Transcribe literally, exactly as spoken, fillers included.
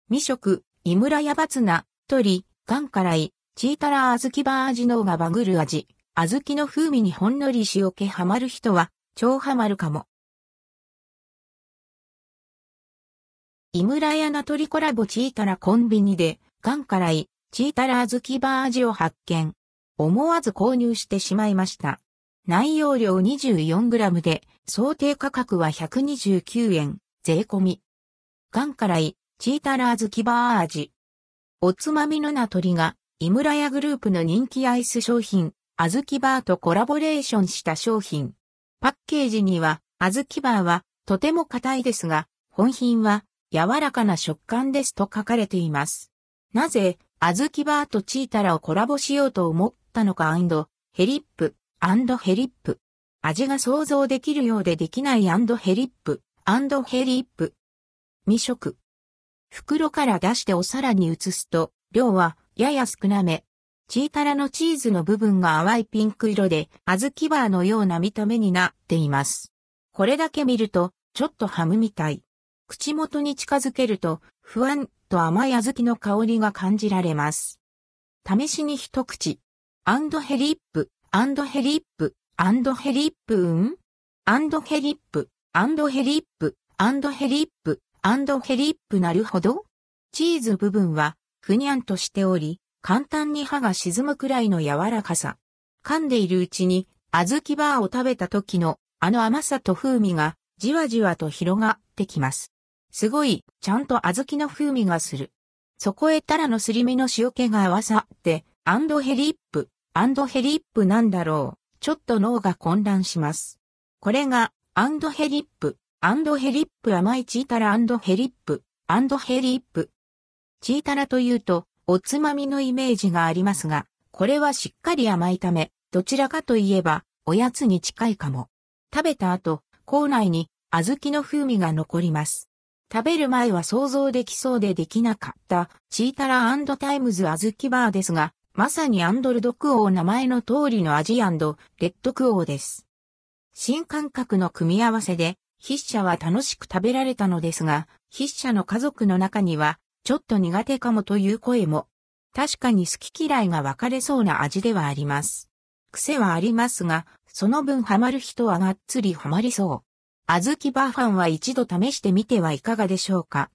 未食、井村屋バツナ、鶏、ガ辛い、チータラ小豆バー味のがバグる味。小豆の風味にほんのり塩気ハマる人は、超ハマるかも。井村屋名取コラボチータラコンビニで、ガ辛い、チータラ小豆バー味を発見。思わず購入してしまいました。内容量 にじゅうよんグラム で、想定価格はひゃくにじゅうきゅうえん、税込み。ガ辛い、チータラ小豆バー味。おつまみの名取が、井村屋グループの人気アイス商品、小豆バーとコラボレーションした商品。パッケージには、小豆バーは、とても硬いですが、本品は、柔らかな食感ですと書かれています。なぜ、小豆バーとチータラをコラボしようと思ったのかヘリップ、ヘリップ。味が想像できるようでできないヘリップ、ヘリップ。未食。袋から出してお皿に移すと、量はやや少なめ。チータラのチーズの部分が淡いピンク色で、小豆バーのような見た目になっています。これだけ見ると、ちょっとハムみたい。口元に近づけると、ふわんと甘い小豆の香りが感じられます。試しに一口。アンドヘリップ、アンドヘリップ、アンドヘリップうんアンドヘリップ、アンドヘリップ、アンドヘリップ、アンドヘリップなるほどチーズ部分は、ふにゃんとしており、簡単に歯が沈むくらいの柔らかさ。噛んでいるうちに、小豆バーを食べた時の、あの甘さと風味が、じわじわと広がってきます。すごい、ちゃんと小豆の風味がする。そこへタラのすり身の塩気が合わさって、アンドヘリップ、アンドヘリップなんだろう。ちょっと脳が混乱します。これが、アンドヘリップ、アンドヘリップ甘いチータラアンドヘリップ、アンドヘリップ。チータラというと、おつまみのイメージがありますが、これはしっかり甘いため、どちらかといえば、おやつに近いかも。食べた後、口内に小豆の風味が残ります。食べる前は想像できそうでできなかった、チータラ&タイムズ小豆バーですが、まさにアンドルドクオー名前の通りの味&レッドクオーです。新感覚の組み合わせで、筆者は楽しく食べられたのですが、筆者の家族の中には、ちょっと苦手かもという声も。確かに好き嫌いが分かれそうな味ではあります。癖はありますが、その分ハマる人はがっつりハマりそう。小豆バーファンは一度試してみてはいかがでしょうか。